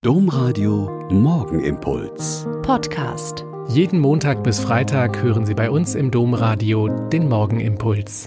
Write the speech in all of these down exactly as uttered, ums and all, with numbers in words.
Domradio Morgenimpuls. Podcast. Jeden Montag bis Freitag hören Sie bei uns im Domradio den Morgenimpuls.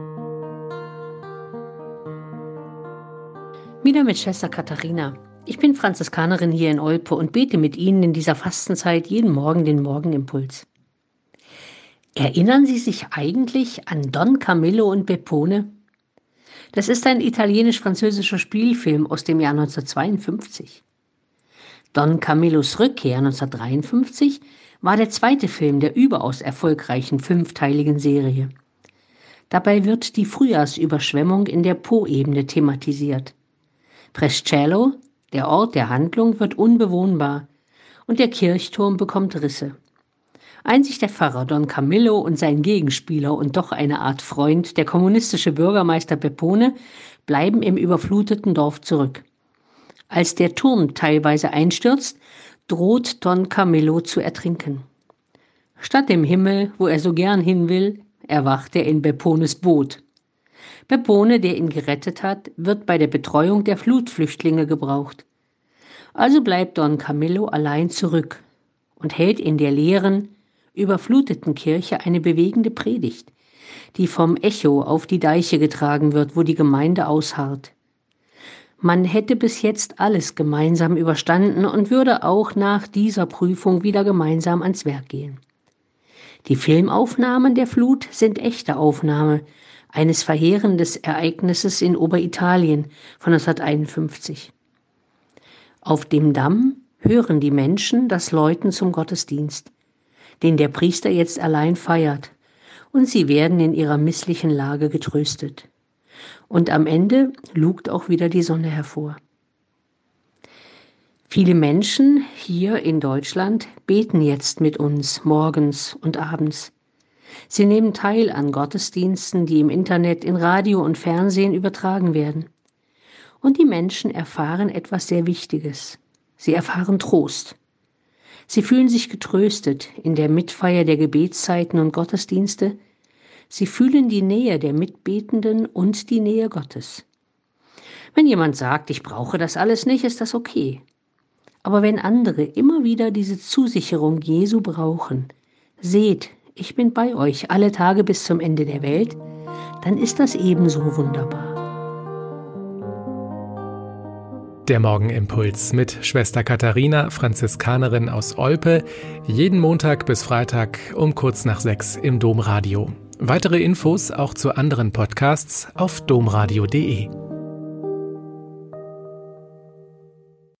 Wieder mit Schwester Katharina. Ich bin Franziskanerin hier in Olpe und bete mit Ihnen in dieser Fastenzeit jeden Morgen den Morgenimpuls. Erinnern Sie sich eigentlich an Don Camillo und Peppone? Das ist ein italienisch-französischer Spielfilm aus dem Jahr neunzehnhundertzweiundfünfzig. Don Camillos Rückkehr neunzehnhundertdreiundfünfzig war der zweite Film der überaus erfolgreichen fünfteiligen Serie. Dabei wird die Frühjahrsüberschwemmung in der Poebene thematisiert. Prescello, der Ort der Handlung, wird unbewohnbar und der Kirchturm bekommt Risse. Einzig der Pfarrer Don Camillo und sein Gegenspieler und doch eine Art Freund, der kommunistische Bürgermeister Peppone, bleiben im überfluteten Dorf zurück. Als der Turm teilweise einstürzt, droht Don Camillo zu ertrinken. Statt dem Himmel, wo er so gern hin will, erwacht er in Peppones Boot. Peppone, der ihn gerettet hat, wird bei der Betreuung der Flutflüchtlinge gebraucht. Also bleibt Don Camillo allein zurück und hält in der leeren, überfluteten Kirche eine bewegende Predigt, die vom Echo auf die Deiche getragen wird, wo die Gemeinde ausharrt. Man hätte bis jetzt alles gemeinsam überstanden und würde auch nach dieser Prüfung wieder gemeinsam ans Werk gehen. Die Filmaufnahmen der Flut sind echte Aufnahmen eines verheerenden Ereignisses in Oberitalien von neunzehnhunderteinundfünfzig. Auf dem Damm hören die Menschen das Läuten zum Gottesdienst, den der Priester jetzt allein feiert, und sie werden in ihrer misslichen Lage getröstet. Und am Ende lugt auch wieder die Sonne hervor. Viele Menschen hier in Deutschland beten jetzt mit uns morgens und abends. Sie nehmen teil an Gottesdiensten, die im Internet, in Radio und Fernsehen übertragen werden. Und die Menschen erfahren etwas sehr Wichtiges. Sie erfahren Trost. Sie fühlen sich getröstet in der Mitfeier der Gebetszeiten und Gottesdienste. Sie fühlen die Nähe der Mitbetenden und die Nähe Gottes. Wenn jemand sagt, ich brauche das alles nicht, ist das okay. Aber wenn andere immer wieder diese Zusicherung Jesu brauchen, seht, ich bin bei euch alle Tage bis zum Ende der Welt, dann ist das ebenso wunderbar. Der Morgenimpuls mit Schwester Katharina, Franziskanerin aus Olpe, jeden Montag bis Freitag um kurz nach sechs im Domradio. Weitere Infos auch zu anderen Podcasts auf domradio punkt de.